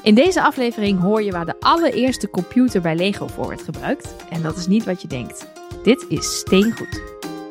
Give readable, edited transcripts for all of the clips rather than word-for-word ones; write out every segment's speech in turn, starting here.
In deze aflevering hoor je waar de allereerste computer bij Lego voor werd gebruikt. En dat is niet wat je denkt. Dit is Steengoed.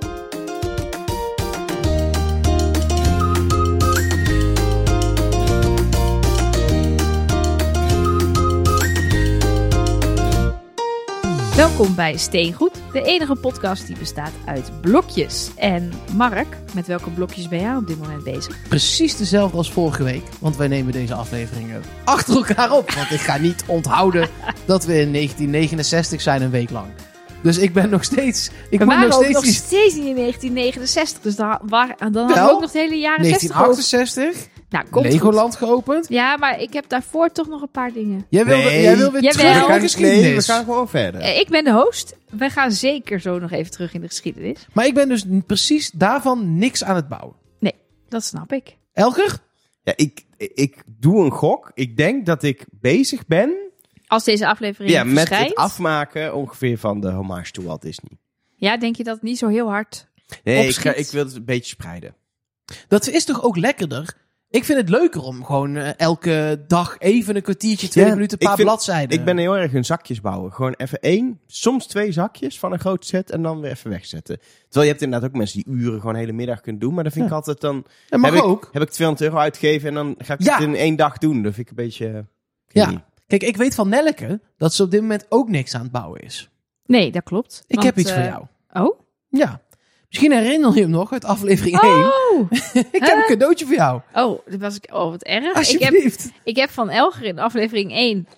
Welkom bij Steengoed, de enige podcast die bestaat uit blokjes. En Mark, met welke blokjes ben jij op dit moment bezig? Precies dezelfde als vorige week, want wij nemen deze afleveringen achter elkaar op. Want ik ga niet onthouden dat we in 1969 zijn een week lang. Dus ik ben nog steeds... We waren ook nog steeds niet in 1969, dus dan hadden we ook nog de hele jaren 1968, nou, Legoland geopend. Ja, maar ik heb daarvoor toch nog een paar dingen. Jij wil weer terug in de geschiedenis. We gaan gewoon verder. Ik ben de host. We gaan zeker zo nog even terug in de geschiedenis. Maar ik ben dus precies daarvan niks aan het bouwen. Nee, dat snap ik. Elker? Ja, ik doe een gok. Ik denk dat ik bezig ben... Als deze aflevering verschijnt. Met het afmaken ongeveer van de hommage to Walt Disney. Ja, denk je dat het niet zo heel hard Nee, ik wil het een beetje spreiden. Dat is toch ook lekkerder? Ik vind het leuker om gewoon elke dag even een kwartiertje, 20 minuten, een paar bladzijden. Ik ben heel erg een zakjes bouwen. Gewoon even 1, soms 2 zakjes van een grote set en dan weer even wegzetten. Terwijl je hebt inderdaad ook mensen die uren gewoon de hele middag kunnen doen. Maar dan vind ik altijd dan... Dat mag ook. Heb ik €200 uitgegeven en dan ga ik het in 1 dag doen. Dat vind ik een beetje... Kijk, ik weet van Nelleke dat ze op dit moment ook niks aan het bouwen is. Nee, dat klopt. Ik heb iets voor jou. Oh? Ja. Misschien herinner je hem nog uit aflevering 1. Ik heb een cadeautje voor jou. Oh, dat was ik. Oh, wat erg. Alsjeblieft. Ik heb van Elger in aflevering 1...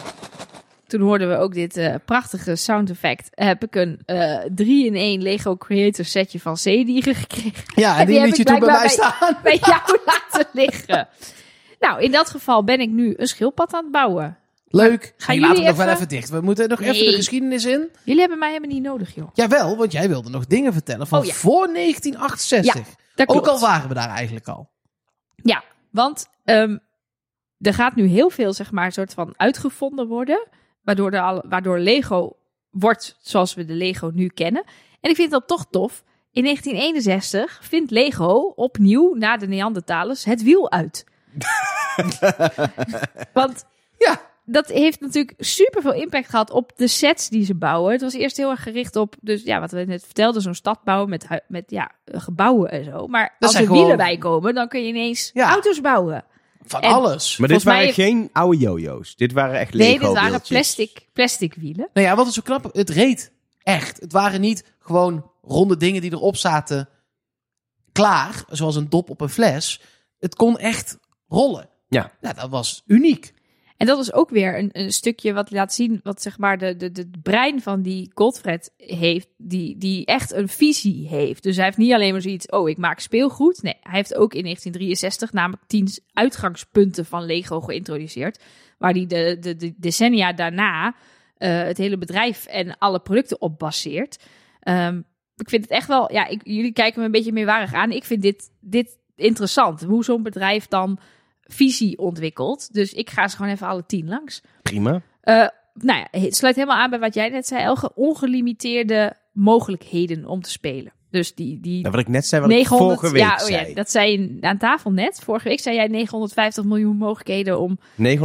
Toen hoorden we ook dit prachtige sound effect. Heb ik een 3-in-1 Lego Creator setje van Zeedieren gekregen. Ja, en die liet je toen bij mij staan. Bij jou laten liggen. Nou, in dat geval ben ik nu een schildpad aan het bouwen. Leuk. Gaan laten we jullie nog wel even dicht. We moeten nog even de geschiedenis in. Jullie hebben mij helemaal niet nodig, joh. Jawel, want jij wilde nog dingen vertellen van voor 1968. Ja, dat klopt. Ook al waren we daar eigenlijk al. Ja, want er gaat nu heel veel, zeg maar, soort van uitgevonden worden. Waardoor Lego wordt zoals we de Lego nu kennen. En ik vind dat toch tof. In 1961 vindt Lego opnieuw, na de Neandertalers, het wiel uit. Want dat heeft natuurlijk superveel impact gehad op de sets die ze bouwen. Het was eerst heel erg gericht op, dus ja, wat we net vertelden, zo'n stad bouwen met gebouwen en zo. Maar als er wielen bij komen, dan kun je ineens auto's bouwen. Van alles. Maar dit waren geen oude jojo's. Dit waren echt Lego. Nee, dit waren plastic wielen. Nou ja, wat is zo knap? Het reed echt. Het waren niet gewoon ronde dingen die erop zaten klaar, zoals een dop op een fles. Het kon echt rollen. Ja. Nou, dat was uniek. En dat is ook weer een stukje wat laat zien wat zeg maar de brein van die Gottfred heeft, die echt een visie heeft. Dus hij heeft niet alleen maar zoiets, ik maak speelgoed. Nee, hij heeft ook in 1963 namelijk 10 uitgangspunten van Lego geïntroduceerd, waar hij de decennia daarna het hele bedrijf en alle producten op baseert. Ik vind het echt wel, jullie kijken me een beetje meewarig aan. Ik vind dit interessant, hoe zo'n bedrijf dan visie ontwikkelt. Dus ik ga ze gewoon even alle 10 langs. Prima. Het sluit helemaal aan bij wat jij net zei, Elge. Ongelimiteerde mogelijkheden om te spelen. Dus die wat ik net zei, wat 900, ik vorige week zei. Ja, dat zei je aan tafel net. Vorige week zei jij 950 miljoen mogelijkheden om...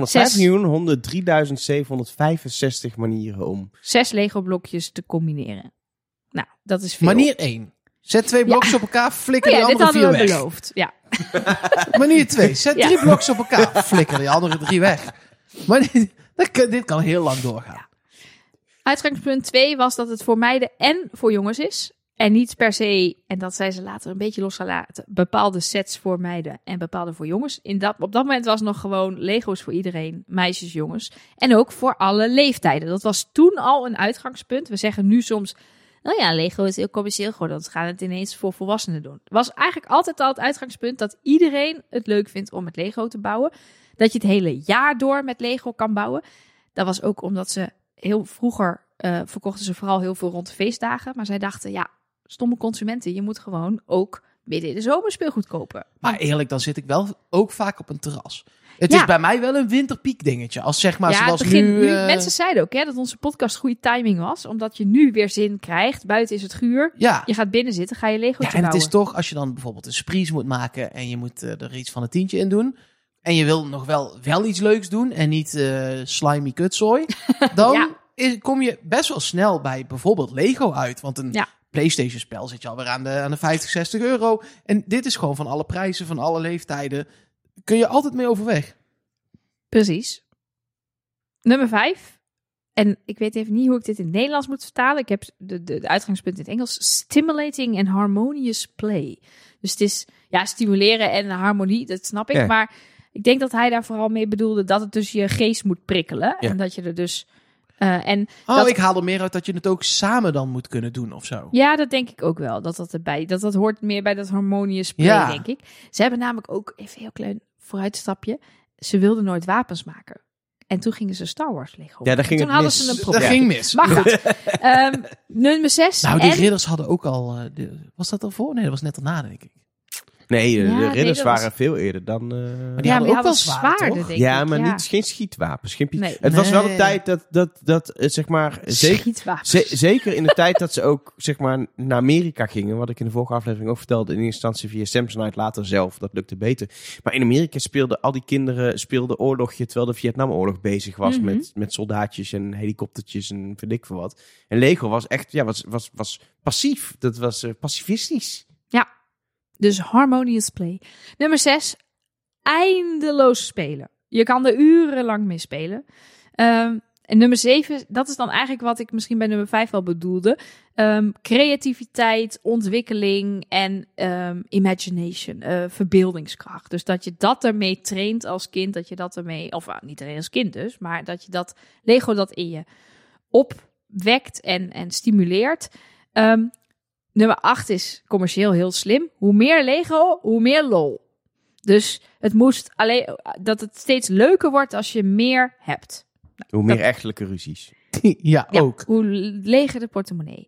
950.103.765 manieren om... 6 Lego-blokjes te combineren. Nou, dat is veel. Manier 1. Zet 2 blokjes op elkaar, flikker die andere 4 weg. Dit hadden we beloofd, ja. Manier 2. Zet 3 blokjes op elkaar, flikker die andere 3 weg. Maar dit kan heel lang doorgaan. Ja. Uitgangspunt 2 was dat het voor meiden en voor jongens is. En niet per se, en dat zijn ze later een beetje losgelaten, bepaalde sets voor meiden en bepaalde voor jongens. Op dat moment was nog gewoon Lego's voor iedereen, meisjes, jongens. En ook voor alle leeftijden. Dat was toen al een uitgangspunt. We zeggen nu soms... Nou ja, Lego is heel commercieel geworden. Dan gaan het ineens voor volwassenen doen. Het was eigenlijk altijd al het uitgangspunt dat iedereen het leuk vindt om met Lego te bouwen. Dat je het hele jaar door met Lego kan bouwen. Dat was ook omdat ze heel vroeger verkochten ze vooral heel veel rond de feestdagen. Maar zij dachten, stomme consumenten, je moet gewoon ook midden in de zomer speelgoed kopen. Maar eerlijk, dan zit ik wel ook vaak op een terras. Het is bij mij wel een winterpiek dingetje. Als zeg maar zoals nu... Mensen zeiden ook dat onze podcast goede timing was. Omdat je nu weer zin krijgt. Buiten is het guur. Ja. Je gaat binnen zitten, ga je Lego'tje bouwen. En het is toch, als je dan bijvoorbeeld een surprise moet maken en je moet er iets van een 10 in doen. en je wil nog wel iets leuks doen en niet slimy kutzooi, dan kom je best wel snel bij bijvoorbeeld Lego uit. Want een PlayStation spel zit je alweer aan de 50, 60 euro. En dit is gewoon van alle prijzen, van alle leeftijden. Kun je altijd mee overweg. Precies. Nummer 5. En ik weet even niet hoe ik dit in het Nederlands moet vertalen. Ik heb de uitgangspunt in het Engels. Stimulating and harmonious play. Dus het is stimuleren en harmonie, dat snap ik. Ja. Maar ik denk dat hij daar vooral mee bedoelde dat het dus je geest moet prikkelen. Ja. En dat je er dus... ik haal er meer uit dat je het ook samen dan moet kunnen doen of zo. Ja, dat denk ik ook wel. Dat hoort meer bij dat harmonious play, denk ik. Ze hebben namelijk ook, even een heel klein vooruitstapje. Ze wilden nooit wapens maken. En toen gingen ze Star Wars Lego. Ja, daar ging toen het hadden mis. Ze een probleem. Dat ging mis. Maar goed. Nummer 6. Nou, die ridders hadden ook al... was dat ervoor? Nee, dat was net erna, denk ik. Nee, de ridders waren veel eerder dan... Maar die hadden ook wel zwaarden, denk ik. Ja, maar geen schietwapens. Het was wel de tijd dat zeg maar... Zeker in de tijd dat ze ook zeg maar naar Amerika gingen. Wat ik in de vorige aflevering ook vertelde. In eerste instantie via Samsonite, later zelf. Dat lukte beter. Maar in Amerika speelden al die kinderen oorlogje. Terwijl de Vietnamoorlog bezig was met soldaatjes en helikoptertjes en weet ik veel wat. En Lego was echt, was passief. Dat was pacifistisch. Ja. Dus harmonious play. Nummer 6. Eindeloos spelen. Je kan er urenlang mee spelen. En nummer 7, dat is dan eigenlijk wat ik misschien bij nummer 5 wel bedoelde. Creativiteit, ontwikkeling en imagination. Verbeeldingskracht. Dus dat je dat ermee traint als kind. Dat je dat ermee, of niet alleen als kind dus. Maar dat je Lego dat in je opwekt en stimuleert. Nummer 8 is commercieel heel slim. Hoe meer Lego, hoe meer lol. Dus het moest alleen dat het steeds leuker wordt als je meer hebt. Hoe meer echtelijke ruzies. Ja, ook. Hoe leger de portemonnee.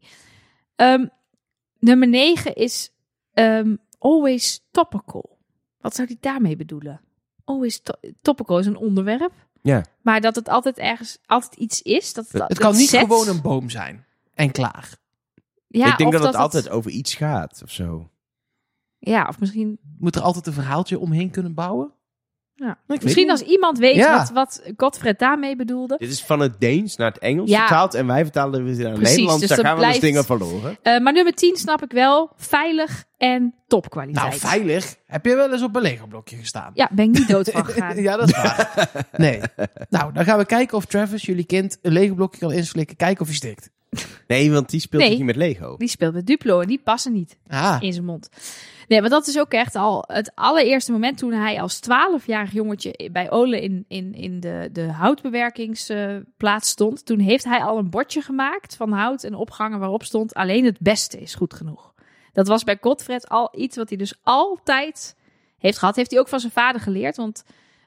Nummer 9 is always topical. Wat zou hij daarmee bedoelen? Always topical is een onderwerp. Ja. Maar dat het altijd iets is. Het kan niet gewoon een boom zijn. En klaar. Ja, ik denk dat het altijd over iets gaat of zo. Ja, of misschien... Moet er altijd een verhaaltje omheen kunnen bouwen? Ja. Misschien als iemand weet wat Godfred daarmee bedoelde. Dit is van het Deens naar het Engels vertaald. En wij vertalen het naar het Nederlands. Dus daar gaan we dus dingen verloren. Maar nummer 10 snap ik wel. Veilig en topkwaliteit. Nou, veilig? Heb je wel eens op een Lego-blokje gestaan? Ja, ben ik niet dood van gegaan. Ja, dat is waar. Nee. Nou, dan gaan we kijken of Travis, jullie kind, een Lego-blokje kan inslikken. Kijken of hij stikt. Nee, want die speelt niet met Lego. Die speelt met Duplo en die passen niet in zijn mond. Nee, maar dat is ook echt al het allereerste moment toen hij als 12-jarig jongetje bij Ole in de houtbewerkingsplaats stond. Toen heeft hij al een bordje gemaakt van hout en opgangen waarop stond alleen het beste is goed genoeg. Dat was bij Godfred al iets wat hij dus altijd heeft gehad. Heeft hij ook van zijn vader geleerd, want...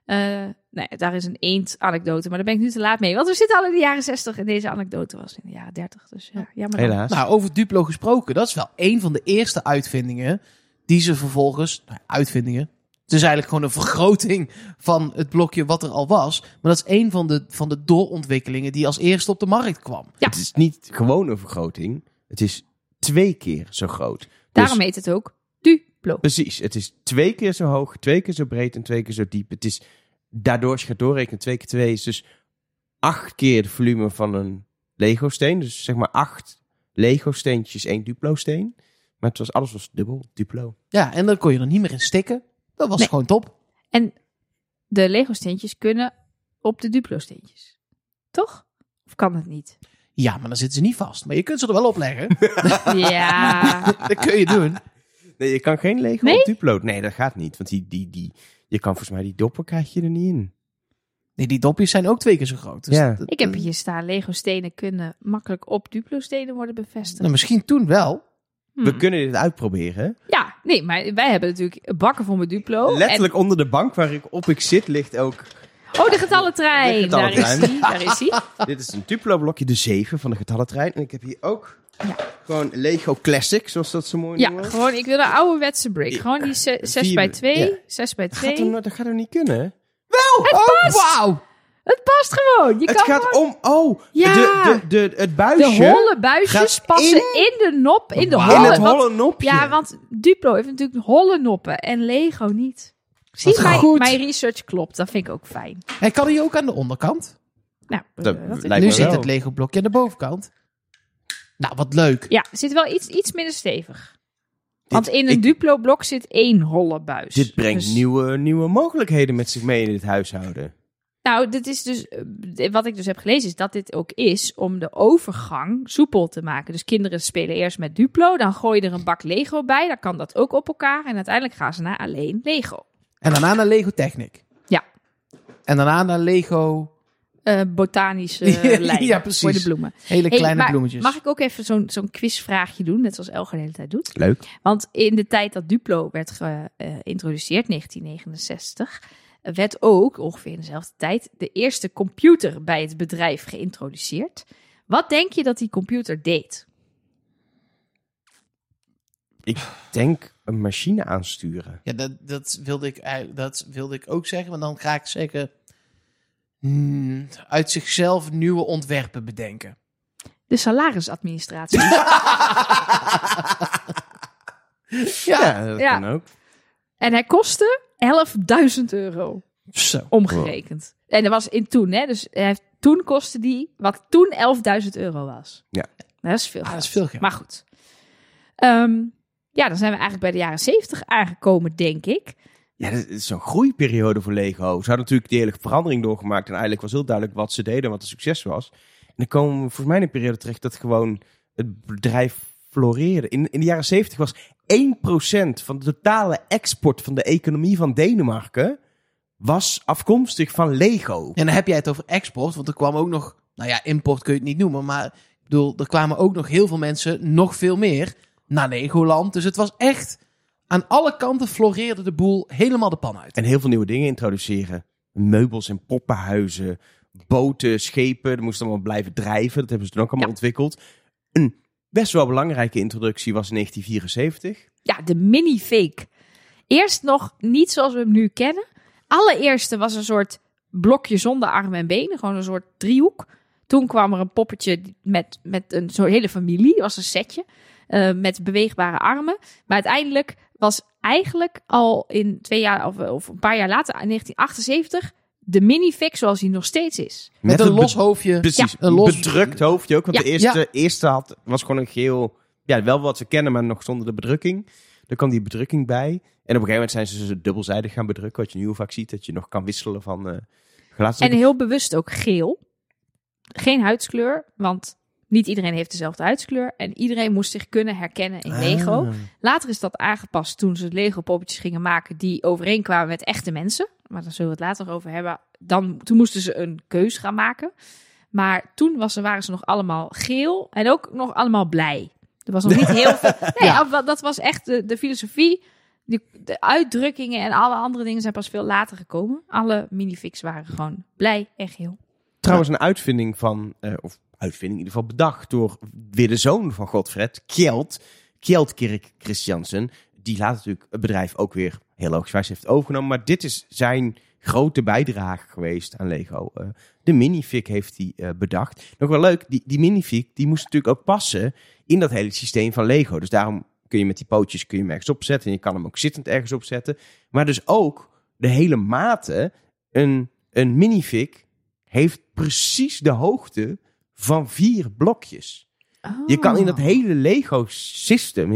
daar is een eend-anekdote, maar daar ben ik nu te laat mee. Want we zitten al in de jaren 60 en deze anekdote was in de jaren 30. Dus ja, jammer. Helaas. Nou, over Duplo gesproken, dat is wel een van de eerste uitvindingen die ze vervolgens... uitvindingen? Het is eigenlijk gewoon een vergroting van het blokje wat er al was. Maar dat is een van de doorontwikkelingen die als eerste op de markt kwam. Ja. Het is niet gewoon een vergroting. Het is 2 keer zo groot. Daarom heet het ook Duplo. Precies. Het is 2 keer zo hoog, 2 keer zo breed en 2 keer zo diep. Het is... Daardoor, als je gaat doorrekenen, 2 keer 2 is dus 8 keer het volume van een Lego-steen. Dus zeg maar 8 Lego-steentjes, 1 Duplo-steen. Maar alles was dubbel, Duplo. Ja, en dan kon je er niet meer in stikken. Dat was gewoon top. En de Lego-steentjes kunnen op de Duplo-steentjes. Toch? Of kan het niet? Ja, maar dan zitten ze niet vast. Maar je kunt ze er wel opleggen. Ja. Dat kun je doen. Nee, je kan geen Lego op Duplo. Nee, dat gaat niet. Want je kan volgens mij die doppen krijg je er niet in. Nee, die dopjes zijn ook 2 keer zo groot. Dus ja. Ik heb hier staan, Lego-stenen kunnen makkelijk op Duplo-stenen worden bevestigd. Nou, misschien toen wel. We kunnen dit uitproberen. Ja, nee, maar wij hebben natuurlijk bakken vol met Duplo. Letterlijk onder de bank waar ik zit ligt ook... Oh, de getallentrein. Daar is hij. Dit is een Duplo-blokje, de 7 van de getallentrein. En ik heb hier ook gewoon Lego Classic, zoals dat zo mooi noemen. Ja, gewoon, ik wil een ouderwetse brick. Gewoon die 6 bij 2. Ja. 6 bij 2. Dat gaat er niet kunnen. Wel! Het past! Wauw! Het past gewoon. Het gaat gewoon... om... Ja. Het buisje... De holle buisjes passen in de nop. In de holle, in het holle nopje. Ja, want Duplo heeft natuurlijk holle noppen en Lego niet. Zie, mijn research klopt. Dat vind ik ook fijn. En kan hij ook aan de onderkant? Nou, nu zit het Lego blokje aan de bovenkant. Nou, wat leuk. Ja, het zit wel iets minder stevig. Want in een Duplo-blok zit 1 holle buis. Dit brengt nieuwe mogelijkheden met zich mee in dit huishouden. Nou, dit is dus, wat ik dus heb gelezen is dat dit ook is om de overgang soepel te maken. Dus kinderen spelen eerst met Duplo, dan gooi je er een bak Lego bij. Dan kan dat ook op elkaar en uiteindelijk gaan ze naar alleen Lego. En daarna naar Lego Technic. Ja. En daarna naar Lego... botanische lijn voor de bloemen. Hele kleine bloemetjes. Mag ik ook even zo'n quizvraagje doen, net zoals Elger de hele tijd doet? Leuk. Want in de tijd dat Duplo werd geïntroduceerd, 1969... werd ook, ongeveer in dezelfde tijd, de eerste computer bij het bedrijf geïntroduceerd. Wat denk je dat die computer deed? Ik denk een machine aansturen. Ja, dat wilde ik ook zeggen, maar dan ga ik zeggen... uit zichzelf nieuwe ontwerpen bedenken. De salarisadministratie. Ja, dat kan ook. En hij kostte €11.000. Zo. Omgerekend. En dat was toen, hè. Dus toen kostte die wat toen €11.000 was. Ja. Dat is veel geld. Dat is veel geld. Maar goed. Dan zijn we eigenlijk bij de jaren 70 aangekomen, denk ik. Ja, dat is zo'n groeiperiode voor Lego. Ze hadden natuurlijk die hele verandering doorgemaakt. En eigenlijk was heel duidelijk wat ze deden en wat een succes was. En dan komen we volgens mij in een periode terecht dat gewoon het bedrijf floreerde. In de jaren 70 was 1% van de totale export van de economie van Denemarken was afkomstig van Lego. En dan heb jij het over export, want er kwam ook nog... Nou ja, import kun je het niet noemen, maar ik bedoel, er kwamen ook nog heel veel mensen, nog veel meer, naar Legoland. Dus het was echt... Aan alle kanten floreerde de boel helemaal de pan uit. En heel veel nieuwe dingen introduceren. Meubels en poppenhuizen, boten, schepen. Dat moest allemaal blijven drijven. Dat hebben ze toen ook allemaal ontwikkeld. Een best wel belangrijke introductie was in 1974. Ja, de minifig. Eerst nog niet zoals we hem nu kennen. Allereerste was een soort blokje zonder armen en benen. Gewoon een soort driehoek. Toen kwam er een poppetje met een soort hele familie. Dat was een setje. Met beweegbare armen. Maar uiteindelijk was eigenlijk al in 2 jaar of een paar jaar later, in 1978, de minifig zoals hij nog steeds is. Met een los hoofdje. Precies, een los bedrukt hoofdje ook. Want de eerste was gewoon een geel, ja, wel wat we kennen, maar nog zonder de bedrukking. Daar kwam die bedrukking bij. En op een gegeven moment zijn ze dubbelzijdig gaan bedrukken, wat je nu heel vaak ziet, dat je nog kan wisselen van gelaatsdruk. En heel bewust ook geel. Geen huidskleur, want niet iedereen heeft dezelfde huidskleur. En iedereen moest zich kunnen herkennen in Lego. Later is dat aangepast toen ze Lego-poppetjes gingen maken die overeenkwamen met echte mensen. Maar daar zullen we het later over hebben. Toen moesten ze een keus gaan maken. Maar toen waren ze nog allemaal geel en ook nog allemaal blij. Er was nog niet heel veel... Nee, dat was echt de filosofie. De uitdrukkingen en alle andere dingen zijn pas veel later gekomen. Alle minifigs waren gewoon blij en geel. Trouwens, een uitvinding van... uitvinding in ieder geval bedacht door weer de zoon van Godfred, Kjeldkirk Christiansen. Die later natuurlijk het bedrijf ook weer heel logischwijs heeft overgenomen. Maar dit is zijn grote bijdrage geweest aan Lego. De minifig heeft hij bedacht. Nog wel leuk, die minifig die moest natuurlijk ook passen in dat hele systeem van Lego. Dus daarom kun je met die pootjes hem ergens opzetten. En je kan hem ook zittend ergens opzetten. Maar dus ook de hele maten. Een minifig heeft precies de hoogte van 4 blokjes. Oh. Je kan in dat hele Lego-systeem,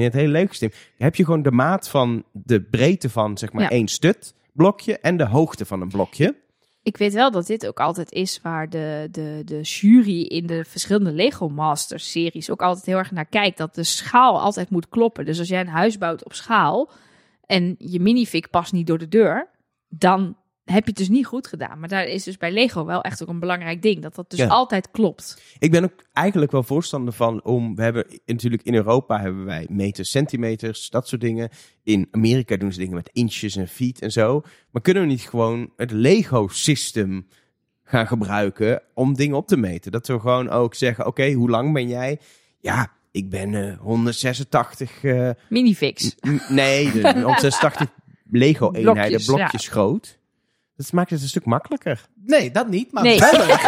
heb je gewoon de maat van de breedte van, zeg maar, 1 stutblokje en de hoogte van een blokje. Ik weet wel dat dit ook altijd is waar de jury in de verschillende Lego Masters-series ook altijd heel erg naar kijkt. Dat de schaal altijd moet kloppen. Dus als jij een huis bouwt op schaal en je minifig past niet door de deur, dan heb je het dus niet goed gedaan. Maar daar is dus bij Lego wel echt ook een belangrijk ding. Dat dus altijd klopt. Ik ben ook eigenlijk wel voorstander van we hebben natuurlijk in Europa hebben wij meters, centimeters, dat soort dingen. In Amerika doen ze dingen met inches en feet en zo. Maar kunnen we niet gewoon het Lego-system gaan gebruiken om dingen op te meten? Dat we gewoon ook zeggen, oké, hoe lang ben jij? Ja, ik ben 186... Minifigs. Nee, 186 Lego-eenheden, blokjes groot. Dat maakt het een stuk makkelijker. Nee, dat niet, maar het is wel leuk.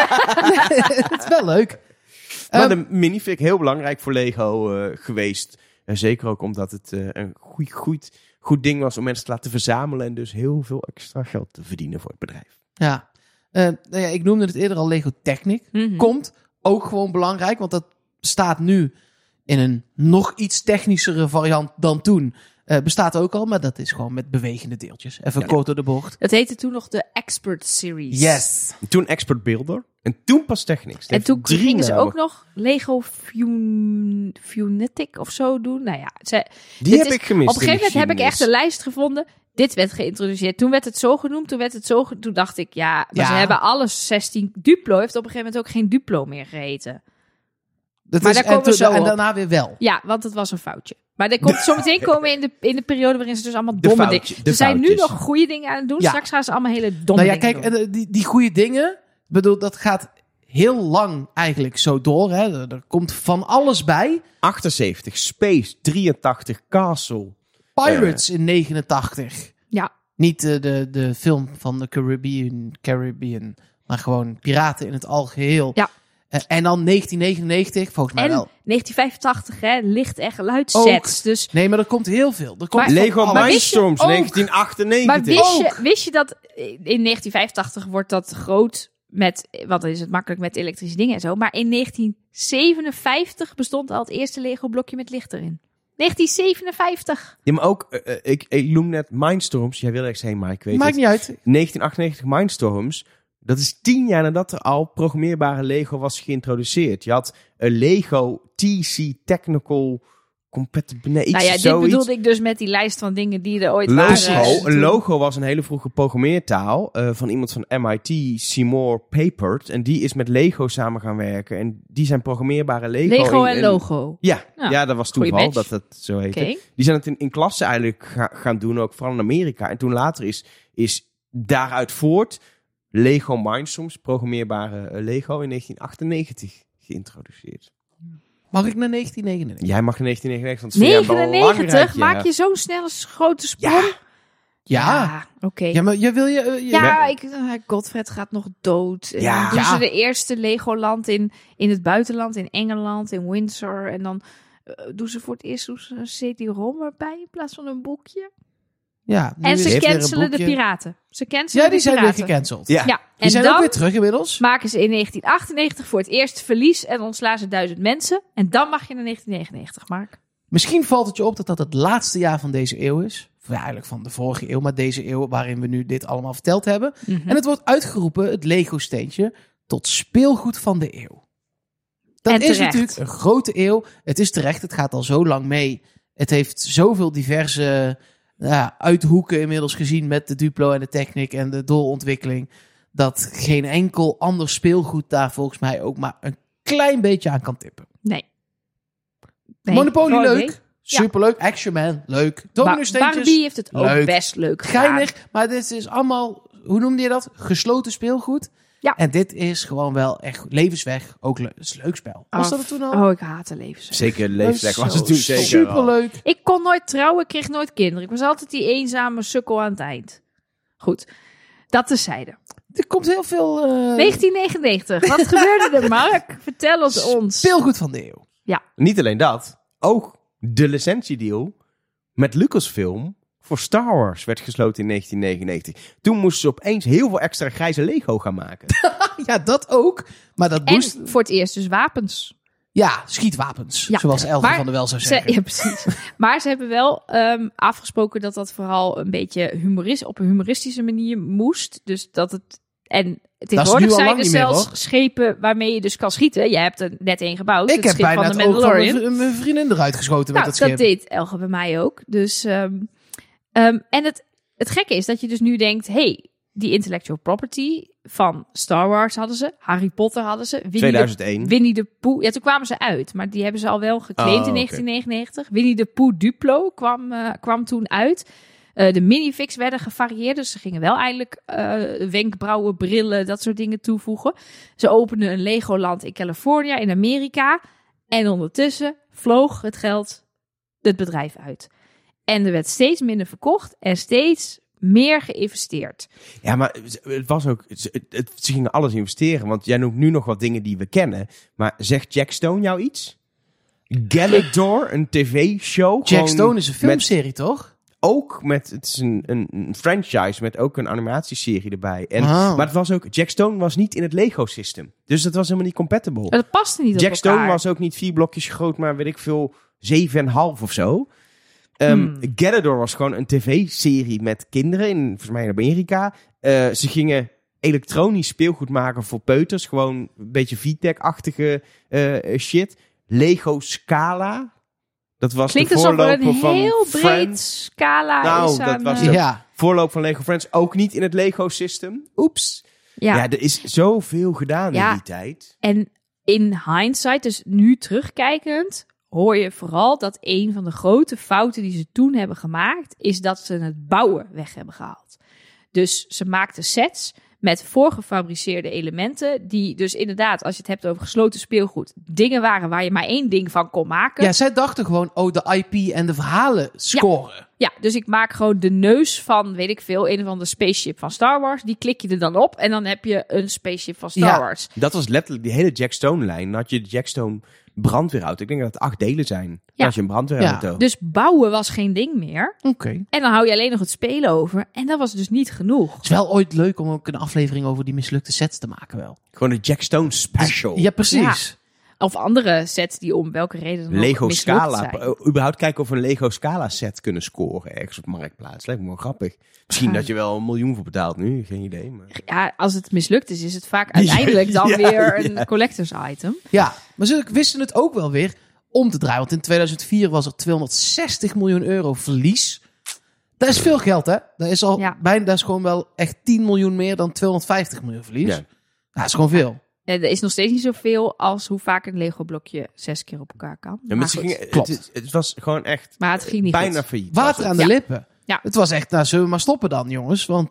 Het is wel leuk. Maar de minifig heel belangrijk voor Lego geweest. Zeker ook omdat het een goed ding was om mensen te laten verzamelen en dus heel veel extra geld te verdienen voor het bedrijf. Ja, ik noemde het eerder al, Lego Technic. Komt ook gewoon belangrijk, want dat bestaat nu in een nog iets technischere variant dan toen. Bestaat ook al, maar dat is gewoon met bewegende deeltjes. Even kort door de bocht. Dat heette toen nog de Expert Series. Yes. Toen Expert Builder. En toen pas Technics. En toen gingen ze ook nog Lego Funetic of zo doen. Nou ja, die heb ik gemist. Op een gegeven moment heb ik echt een lijst gevonden. Dit werd geïntroduceerd. Toen werd het zo genoemd. Toen dacht ik, ze hebben alles 16. Duplo heeft op een gegeven moment ook geen Duplo meer geheten. En daarna weer wel. Ja, want het was een foutje. Maar zometeen komen in de periode waarin ze dus allemaal domme dingen... Ze zijn nu nog goede dingen aan het doen. Ja. Straks gaan ze allemaal hele domme dingen doen. Die goede dingen, bedoel, dat gaat heel lang eigenlijk zo door. Hè? Er komt van alles bij. 78, Space, 83, Castle. Pirates in 89. Ja. Niet de film van de Caribbean, maar gewoon piraten in het algeheel. Ja. En dan 1999, volgens mij wel. 1985, licht- en geluidssets. Dus... Nee, maar er komt heel veel. Lego Mindstorms, 1998. Maar wist je dat in 1985 wordt dat groot met... Want dan is het makkelijk met elektrische dingen en zo. Maar in 1957 bestond al het eerste Lego-blokje met licht erin. 1957. Ja, maar ook, ik noem net Mindstorms. Jij wil ergens heen, maar ik weet Maakt het. niet uit. 1998 Mindstorms. Dat is 10 jaar nadat er al programmeerbare Lego was geïntroduceerd. Je had een Lego TC Technical Compatible. Dit bedoelde ik dus met die lijst van dingen die er ooit waren. Een logo was een hele vroege programmeertaal van iemand van MIT, Seymour Papert. En die is met Lego samen gaan werken. En die zijn programmeerbare Lego. En logo. Ja, dat was toeval dat het zo heette. Okay. Die zijn het in klassen eigenlijk gaan doen, ook vooral in Amerika. En toen later is daaruit voort... Lego Mindstorms, programmeerbare Lego, in 1998 geïntroduceerd. Mag ik naar 1999? Jij mag naar 1999, want 99? Maak je zo'n snelle grote sprong? Ja. Oké. Ja, maar je wil Godfred gaat nog dood. En dan doen ze de eerste Legoland in het buitenland, in Engeland, in Windsor. En dan doen ze voor het eerst een CD-ROM erbij in plaats van een boekje. Ja, en ze cancelen de piraten. Die zijn weer gecanceld. Ja. Die en zijn ook weer terug inmiddels. Maken ze in 1998 voor het eerst verlies en ontslaan ze 1000 mensen. En dan mag je naar 1999, Mark. Misschien valt het je op dat het laatste jaar van deze eeuw is. Of eigenlijk van de vorige eeuw, maar deze eeuw waarin we nu dit allemaal verteld hebben. Mm-hmm. En het wordt uitgeroepen, het Lego-steentje, tot speelgoed van de eeuw. Dat is natuurlijk een grote eeuw. Het is terecht, het gaat al zo lang mee. Het heeft zoveel diverse... uithoeken inmiddels gezien met de Duplo en de Technic en de doorontwikkeling, dat geen enkel ander speelgoed daar volgens mij ook maar een klein beetje aan kan tippen. Nee. Monopoly leuk, superleuk. Action Man, leuk. Domino-steentjes, Barbie heeft het ook leuk. Best leuk gedaan. Geinig, maar dit is allemaal, hoe noemde je dat? Gesloten speelgoed. Ja. En dit is gewoon wel echt levensweg. Ook leuk. Het is een leuk spel. Was dat het toen al? Oh, ik haat de levensweg. Zeker, levensweg was het toen zeker. Superleuk. Ik kon nooit trouwen, ik kreeg nooit kinderen. Ik was altijd die eenzame sukkel aan het eind. Goed, dat tezijde. Er komt heel veel... 1999. Wat gebeurde er, Mark? Vertel het ons. Speelgoed van de eeuw. Ja. Niet alleen dat. Ook de licentiedeal met Lucasfilm voor Star Wars werd gesloten in 1999. Toen moesten ze opeens heel veel extra grijze Lego gaan maken. Ja, dat ook. Maar dat moest... En voor het eerst dus wapens. Ja, schietwapens. Ja. Zoals Elge van der Wel zou zeggen. Ja, precies. Maar ze hebben wel afgesproken dat dat vooral een beetje op een humoristische manier moest. Dus dat het... En tegenwoordig zijn er zelfs schepen waarmee je dus kan schieten. Jij hebt er net één gebouwd. Ik heb bijna het oog van mijn vriendin eruit geschoten met dat schip. Dat deed Elge bij mij ook. Dus... en het gekke is dat je dus nu denkt... Hey, die intellectual property van Star Wars hadden ze. Harry Potter hadden ze. 2001. Winnie de Pooh. Ja, toen kwamen ze uit. Maar die hebben ze al wel geclaimd in 1999. Winnie de Pooh Duplo kwam toen uit. De minifigs werden gevarieerd. Dus ze gingen wel eindelijk wenkbrauwen, brillen, dat soort dingen toevoegen. Ze openden een Legoland in Californië, in Amerika. En ondertussen vloog het geld het bedrijf uit. En er werd steeds minder verkocht en steeds meer geïnvesteerd. Ja, maar het was ook... Ze gingen alles investeren. Want jij noemt nu nog wat dingen die we kennen. Maar zegt Jack Stone jou iets? Galador, een tv-show. Jack Stone is een filmserie, toch? ook het is een franchise met ook een animatieserie erbij. Maar het was ook, Jack Stone was niet in het Lego system. Dus dat was helemaal niet compatible. Dat paste niet op Jack elkaar. Stone was ook niet 4 blokjes groot, maar weet ik veel, 7,5 of zo. Galador was gewoon een tv-serie met kinderen, volgens mij in Amerika. Ze gingen elektronisch speelgoed maken voor peuters. Gewoon een beetje VTech-achtige shit. Lego Scala. Dat was klinkt de voorloper alsof er een heel van breed scala is aan... dat was de voorloper van Lego Friends. Ook niet in het Lego system. Oeps. Ja, er is zoveel gedaan in die tijd. En in hindsight, dus nu terugkijkend, hoor je vooral dat een van de grote fouten die ze toen hebben gemaakt, is dat ze het bouwen weg hebben gehaald. Dus ze maakten sets met voorgefabriceerde elementen, die dus inderdaad, als je het hebt over gesloten speelgoed, dingen waren waar je maar 1 ding van kon maken. Ja, zij dachten gewoon, de IP en de verhalen scoren. Ja, dus ik maak gewoon de neus van, weet ik veel, een of andere spaceship van Star Wars. Die klik je er dan op en dan heb je een spaceship van Star Wars. Dat was letterlijk die hele Jack Stone-lijn. Dan had je de Jack Stone brandweerauto. Ik denk dat het 8 delen zijn. Ja. Als je een brandweerauto. Dus bouwen was geen ding meer. Oké. En dan hou je alleen nog het spelen over. En dat was dus niet genoeg. Het is wel ooit leuk om ook een aflevering over die mislukte sets te maken wel. Gewoon de Jack Stone special. Ja, precies. Ja. Of andere sets die om welke reden dan Lego ook Scala. zijn. Überhaupt kijken of we een Lego Scala set kunnen scoren. Ergens op Marktplaats. Lijkt me wel grappig. Misschien dat je wel 1 miljoen voor betaalt nu. Geen idee. Maar... Ja, als het mislukt is het vaak uiteindelijk dan weer een collectors item. Ja, maar ze wisten het ook wel weer om te draaien. Want in 2004 was er 260 miljoen euro verlies. Dat is veel geld, hè? Dat is al bijna, dat is gewoon wel echt 10 miljoen meer dan 250 miljoen verlies. Ja. Dat is gewoon veel. Er is nog steeds niet zoveel als hoe vaak een Lego-blokje 6 keer op elkaar kan. Ja, maar het was gewoon echt maar het ging niet bijna goed. failliet. Water aan de lippen. Ja. Het was echt, zullen we maar stoppen dan, jongens? Want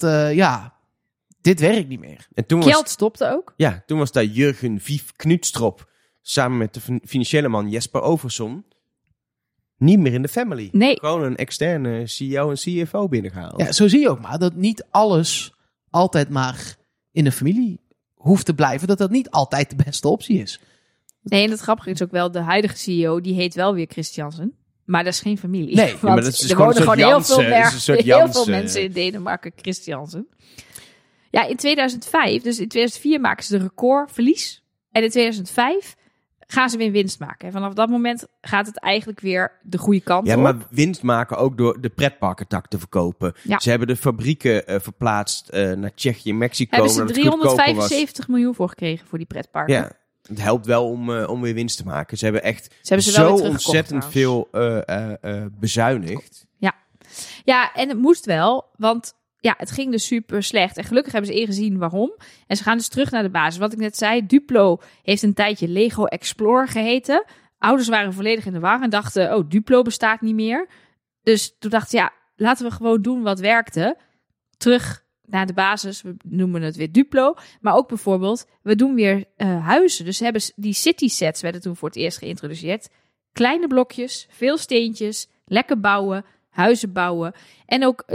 dit werkt niet meer. En toen Geld stopte ook. Ja, toen was daar Jurgen Vief Knutstrop samen met de financiële man Jesper Overson niet meer in de family. Nee. Gewoon een externe CEO en CFO binnengehaald. Ja, zo zie je ook maar dat niet alles altijd maar in de familie hoeft te blijven. Dat niet altijd de beste optie is. Nee, en het grappige is ook wel, de huidige CEO, die heet wel weer Christiansen. Maar dat is geen familie. Nee, maar dat is er wonen gewoon heel veel mensen mensen in Denemarken Christiansen. Ja, in 2005, dus in 2004 maken ze de recordverlies. En in 2005 gaan ze weer winst maken. En vanaf dat moment gaat het eigenlijk weer de goede kant op. Ja, maar winst maken ook door de pretparkentak te verkopen. Ja. Ze hebben de fabrieken verplaatst naar Tsjechië en Mexico. Hebben ze 375 miljoen voor gekregen voor die pretparken. Ja, het helpt wel om weer winst te maken. Ze hebben echt zo ontzettend veel bezuinigd. Ja, en het moest wel, want ja, het ging dus super slecht. En gelukkig hebben ze ingezien waarom. En ze gaan dus terug naar de basis. Wat ik net zei, Duplo heeft een tijdje Lego Explorer geheten. Ouders waren volledig in de war en dachten, Duplo bestaat niet meer. Dus toen dachten ze, laten we gewoon doen wat werkte. Terug naar de basis, we noemen het weer Duplo. Maar ook bijvoorbeeld, we doen weer huizen. Dus hebben die city sets werden toen voor het eerst geïntroduceerd. Kleine blokjes, veel steentjes, lekker bouwen, huizen bouwen. En ook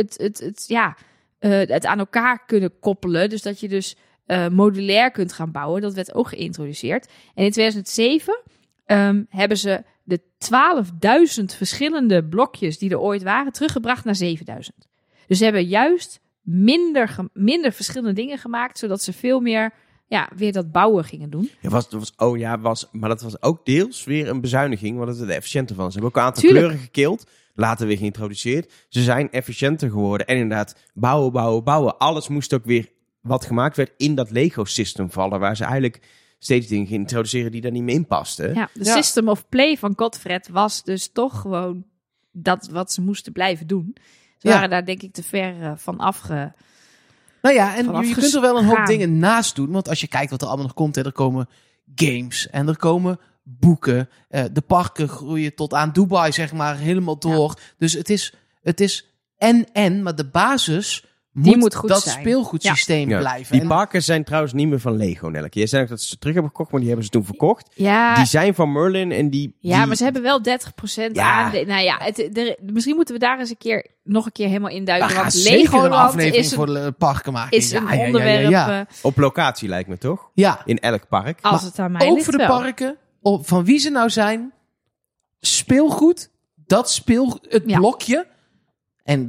het aan elkaar kunnen koppelen. Dus dat je dus modulair kunt gaan bouwen. Dat werd ook geïntroduceerd. En in 2007 hebben ze de 12.000 verschillende blokjes die er ooit waren teruggebracht naar 7.000. Dus ze hebben juist minder verschillende dingen gemaakt, zodat ze veel meer weer dat bouwen gingen doen. Maar dat was ook deels weer een bezuiniging, want het is er efficiënter van. Ze hebben ook een aantal kleuren gekild. Later weer geïntroduceerd. Ze zijn efficiënter geworden. En inderdaad, bouwen. Alles moest ook weer, wat gemaakt werd, in dat Lego-system vallen. Waar ze eigenlijk steeds dingen gingen introduceren die daar niet meer in pasten. Ja, de system of play van Godfred was dus toch gewoon dat wat ze moesten blijven doen. Ze waren daar denk ik te ver van afge... Nou ja, en je kunt er wel een hoop dingen naast doen. Want als je kijkt wat er allemaal nog komt, er komen games en er komen boeken. De parken groeien tot aan Dubai, zeg maar, helemaal door. Ja. Dus het is maar de basis moet goed dat zijn. Speelgoedsysteem blijven. Die parken zijn trouwens niet meer van Lego, Nelke. Je zei ook dat ze terug hebben gekocht, maar die hebben ze toen verkocht. Ja. Die zijn van Merlin en die... Ja, maar ze hebben wel 30% aan. Misschien moeten we daar eens nog een keer helemaal induiken. Want Legoland is voor de parken maken. Is een onderwerp. Op locatie lijkt me toch? Ja. In elk park. Als het aan mij ook ligt voor de parken, van wie ze nou zijn, speelgoed, het blokje. En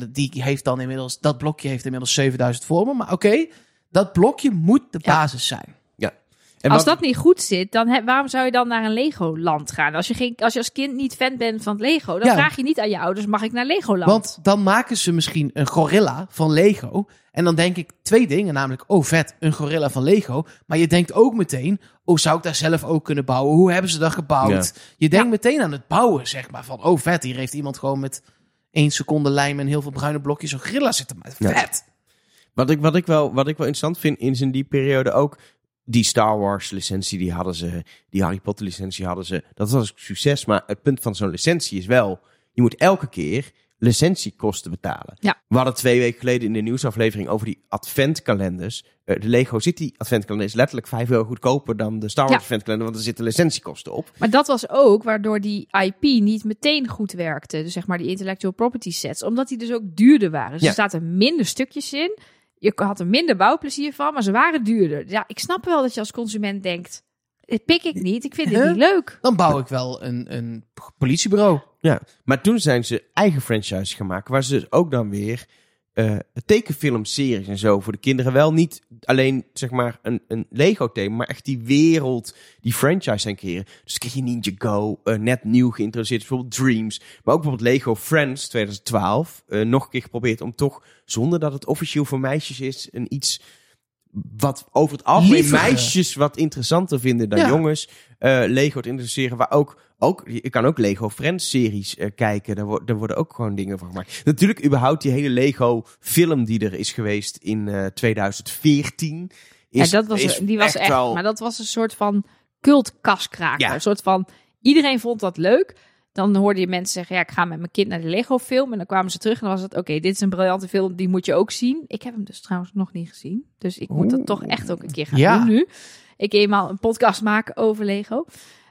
dat blokje heeft inmiddels 7000 vormen. Maar oké, dat blokje moet de basis zijn. Ja. En als dat niet goed zit, dan waarom zou je dan naar een Legoland gaan? Als je als kind niet fan bent van het Lego, dan vraag je niet aan je ouders, mag ik naar Legoland? Want dan maken ze misschien een gorilla van Lego. En dan denk ik 2 dingen, namelijk, oh vet, een gorilla van Lego. Maar je denkt ook meteen, oh, zou ik daar zelf ook kunnen bouwen? Hoe hebben ze dat gebouwd? Ja. Je denkt meteen aan het bouwen, zeg maar. Van, oh vet, hier heeft iemand gewoon met 1 seconde lijm en heel veel bruine blokjes een gorilla zitten. Maar vet! Wat ik wel interessant vind, is in die periode ook die Star Wars licentie, die hadden ze. Die Harry Potter licentie hadden ze. Dat was een succes, maar het punt van zo'n licentie is wel, je moet elke keer licentiekosten betalen. Ja. We hadden 2 weken geleden in de nieuwsaflevering over die adventkalenders. De Lego City adventkalender is letterlijk €5 goedkoper dan de Star Wars adventkalender, want er zitten licentiekosten op. Maar dat was ook waardoor die IP niet meteen goed werkte. Dus zeg maar die intellectual property sets. Omdat die dus ook duurder waren. Dus er zaten minder stukjes in. Je had er minder bouwplezier van, maar ze waren duurder. Ja, ik snap wel dat je als consument denkt, dit pik ik niet, ik vind dit niet leuk. Dan bouw ik wel een politiebureau. Ja, maar toen zijn ze eigen franchise gemaakt, waar ze ook dan weer tekenfilmseries en zo voor de kinderen wel niet alleen zeg maar een Lego-thema, maar echt die wereld, die franchise zijn creëren. Dus kreeg je Ninja Go, net nieuw geïntroduceerd, bijvoorbeeld Dreams, maar ook bijvoorbeeld Lego Friends 2012, nog een keer geprobeerd om toch, zonder dat het officieel voor meisjes is, een iets wat over het algemeen meisjes wat interessanter vinden dan jongens, Lego te introduceren, waar ook je kan ook Lego Friends series kijken. Daar worden ook gewoon dingen van gemaakt. Natuurlijk überhaupt die hele Lego film die er is geweest in 2014. Die was echt wel, maar dat was een soort van cultkaskraker. Ja. Een soort van, iedereen vond dat leuk. Dan hoorde je mensen zeggen, ik ga met mijn kind naar de Lego film. En dan kwamen ze terug en dan was het, oké, dit is een briljante film, die moet je ook zien. Ik heb hem dus trouwens nog niet gezien. Dus ik moet dat toch echt ook een keer gaan doen nu. Ik eenmaal een podcast maken over Lego.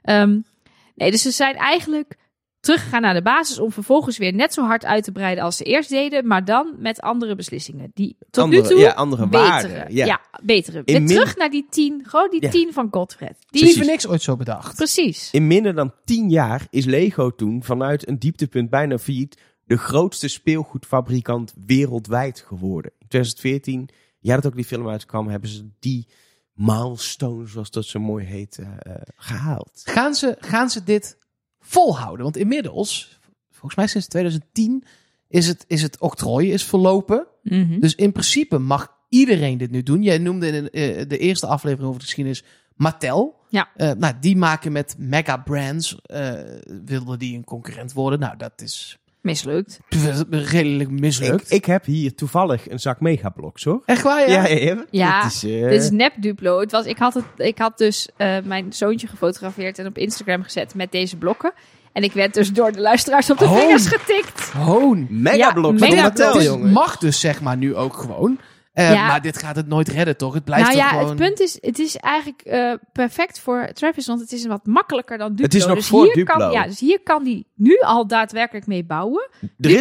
Nee, dus ze zijn eigenlijk teruggegaan naar de basis om vervolgens weer net zo hard uit te breiden als ze eerst deden, maar dan met andere beslissingen. Die tot nu toe andere waarden. Ja, betere. Weer terug naar die 10, gewoon die 10 van Godfred. Die is voor niks ooit zo bedacht. Precies. In minder dan 10 jaar is Lego toen vanuit een dieptepunt bijna failliet de grootste speelgoedfabrikant wereldwijd geworden. In 2014, dat ook die film uitkwam, hebben ze die milestone, zoals dat zo mooi heet, gehaald. Gaan ze dit volhouden? Want inmiddels, volgens mij sinds 2010, is het octrooi verlopen. Mm-hmm. Dus in principe mag iedereen dit nu doen. Jij noemde in de eerste aflevering over de geschiedenis Mattel. Ja. Die maken met mega brands, wilden die een concurrent worden. Nou, dat is mislukt. Redelijk mislukt. Ik heb hier toevallig een zak Megabloks, hoor. Echt waar, ja? Ja, dit is nep Duplo. Ik had dus mijn zoontje gefotografeerd en op Instagram gezet met deze blokken. En ik werd dus door de luisteraars op de vingers getikt. Megabloks. Het mag dus zeg maar nu ook gewoon. Maar dit gaat het nooit redden, toch? Het blijft gewoon... het punt is, het is eigenlijk perfect voor Travis, want het is wat makkelijker dan Duplo. Het is nog voor Duplo. Dus hier kan hij nu al daadwerkelijk mee bouwen. Er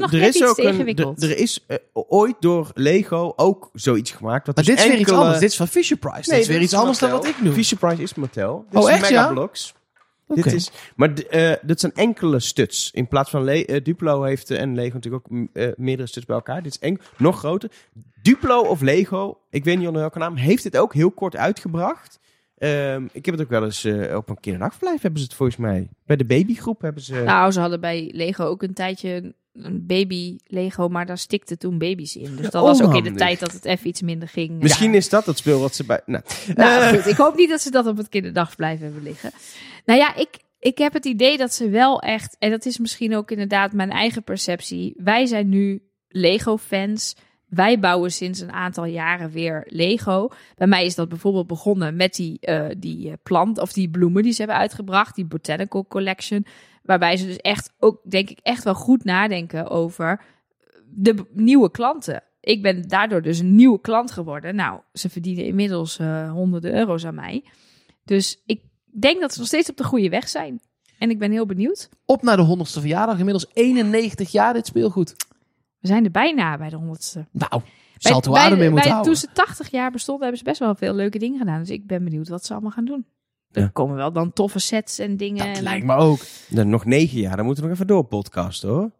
is ooit door Lego ook zoiets gemaakt. Maar dit is weer iets anders. Dit is van Fisher-Price. Dit is weer iets anders dan wat ik noem. Fisher-Price is Mattel. Echt, Megabloks. Okay. Maar dit zijn enkele studs. In plaats van Duplo heeft en Lego natuurlijk ook meerdere studs bij elkaar. Dit is nog groter. Duplo of Lego, ik weet niet onder welke naam, heeft dit ook heel kort uitgebracht. Ik heb het ook wel eens op een kinderdagverblijf hebben ze het volgens mij. Bij de babygroep hebben ze... Nou, ze hadden bij Lego ook een tijdje een baby Lego, maar daar stikten toen baby's in. Dus dat was ook in de tijd dat het even iets minder ging. Misschien is dat het speel wat ze bij... Nou goed, ik hoop niet dat ze dat op het kinderdagverblijf hebben liggen. Nou ja, ik heb het idee dat ze wel echt, en dat is misschien ook inderdaad mijn eigen perceptie. Wij zijn nu Lego-fans. Wij bouwen sinds een aantal jaren weer Lego. Bij mij is dat bijvoorbeeld begonnen met die plant of die bloemen die ze hebben uitgebracht. Die Botanical Collection. Waarbij ze dus echt ook, denk ik, echt wel goed nadenken over de nieuwe klanten. Ik ben daardoor dus een nieuwe klant geworden. Nou, ze verdienen inmiddels honderden euro's aan mij. Dus ik denk dat ze nog steeds op de goede weg zijn. En ik ben heel benieuwd. Op naar de 100ste verjaardag. Inmiddels 91 jaar dit speelgoed. We zijn er bijna bij de 100ste. Nou, zal er adem in moeten houden. Toen ze 80 jaar bestonden, hebben ze best wel veel leuke dingen gedaan. Dus ik ben benieuwd wat ze allemaal gaan doen. Er komen wel dan toffe sets en dingen. Dat lijkt me ook. Nog 9 jaar, dan moeten we nog even door podcasten, hoor.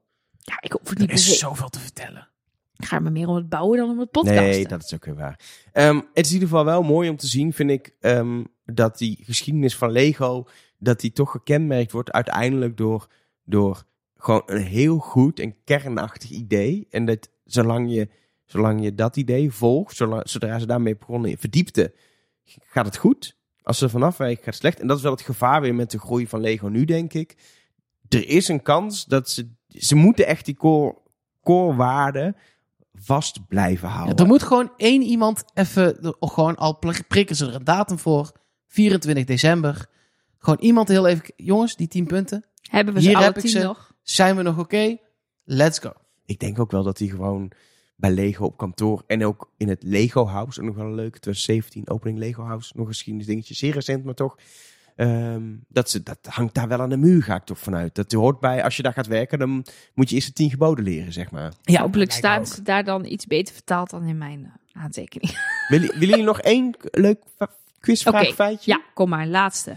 Ja, ik hoef het niet. Er is zoveel te vertellen. Ik ga me meer om het bouwen dan om het podcasten. Nee, dat is ook weer waar. Het is in ieder geval wel mooi om te zien, vind ik, dat die geschiedenis van Lego, dat die toch gekenmerkt wordt uiteindelijk door gewoon een heel goed en kernachtig idee. En dat zolang je dat idee volgt, zodra ze daarmee begonnen in verdiepte, gaat het goed. Als ze er vanaf wijken, gaat het slecht. En dat is wel het gevaar weer met de groei van Lego nu, denk ik. Er is een kans dat ze moeten echt die core waarden vast blijven houden. Ja, er moet gewoon één iemand even, gewoon al prikken ze er een datum voor, 24 december. Gewoon iemand heel even, jongens, die 10 punten. Hebben we ze alle 10 nog? Zijn we nog oké? Let's go. Ik denk ook wel dat die gewoon bij Lego op kantoor en ook in het Lego House, ook nog wel een leuke 2017 opening Lego House, nog een geschiedenisdingetje, zeer recent, maar toch. Dat hangt daar wel aan de muur, ga ik toch vanuit. Dat hoort bij, als je daar gaat werken, dan moet je eerst de 10 geboden leren, zeg maar. Ja, hopelijk staan ze daar dan iets beter vertaald dan in mijn aantekening. Willen jullie nog één leuk quizvraagfeitje? Ja, kom maar, laatste.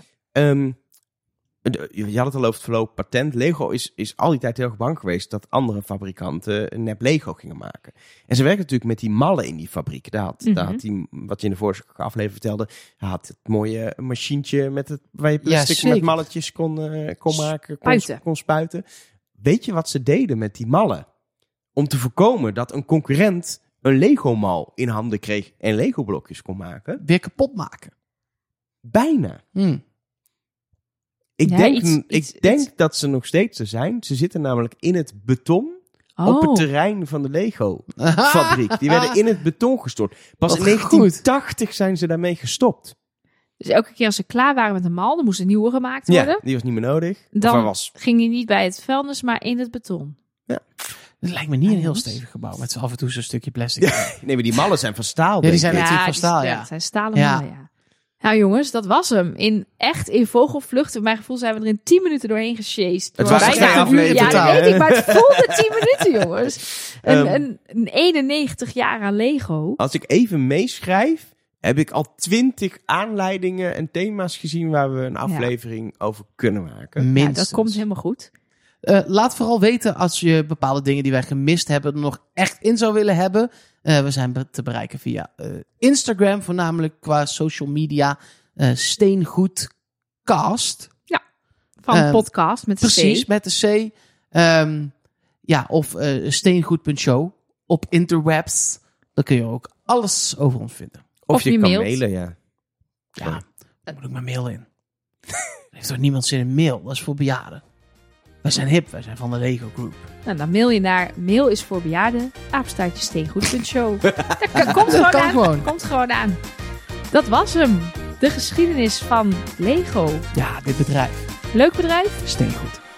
Je had het al over het verlopen patent. Lego is al die tijd heel erg bang geweest dat andere fabrikanten een nep Lego gingen maken. En ze werken natuurlijk met die mallen in die fabriek. Daar had die, wat je in de vorige aflevering vertelde, had het mooie machientje waar je plastic met malletjes kon maken, kon spuiten. Weet je wat ze deden met die mallen? Om te voorkomen dat een concurrent een Lego-mal in handen kreeg en Lego-blokjes kon maken. Weer kapot maken. Bijna. Ik denk dat ze nog steeds er zijn. Ze zitten namelijk in het beton op het terrein van de Lego-fabriek. Die werden in het beton gestort. Pas in 1980 zijn ze daarmee gestopt. Dus elke keer als ze klaar waren met een mal, dan moest een nieuwe gemaakt worden. Ja, die was niet meer nodig. Dan ging die niet bij het vuilnis, maar in het beton. Ja. Het lijkt me niet een heel stevig gebouw met af en toe zo'n stukje plastic. Nee, maar die mallen zijn van staal. Ja, die zijn natuurlijk van staal, ja. Het zijn stalen mallen, ja. Nou jongens, dat was hem. In vogelvlucht. In mijn gevoel zijn we er in 10 minuten doorheen gesjeest. Het was bijna een uur totaal. Ja, dat weet ik, maar het voelde 10 minuten, jongens. Een 91 jaar aan Lego. Als ik even meeschrijf, heb ik al 20 aanleidingen en thema's gezien waar we een aflevering over kunnen maken. Ja, dat komt helemaal goed. Laat vooral weten als je bepaalde dingen die wij gemist hebben er nog echt in zou willen hebben. We zijn te bereiken via Instagram, voornamelijk qua social media. Steengoedcast. Ja, van podcast met de C. Precies, met de C. Of steengoed.show op interwebs. Daar kun je ook alles over ons vinden. Of je kan mailen, ja. Ja, daar moet ik mijn mail in. Er heeft toch niemand zin in mail? Dat is voor bejaarden. Wij zijn hip, wij zijn van de Lego Group. Nou, dan mail je naar mailisvoorbejaarden@steengoed.show. Dat komt gewoon aan. Dat was hem. De geschiedenis van Lego. Ja, dit bedrijf. Leuk bedrijf. Steengoed.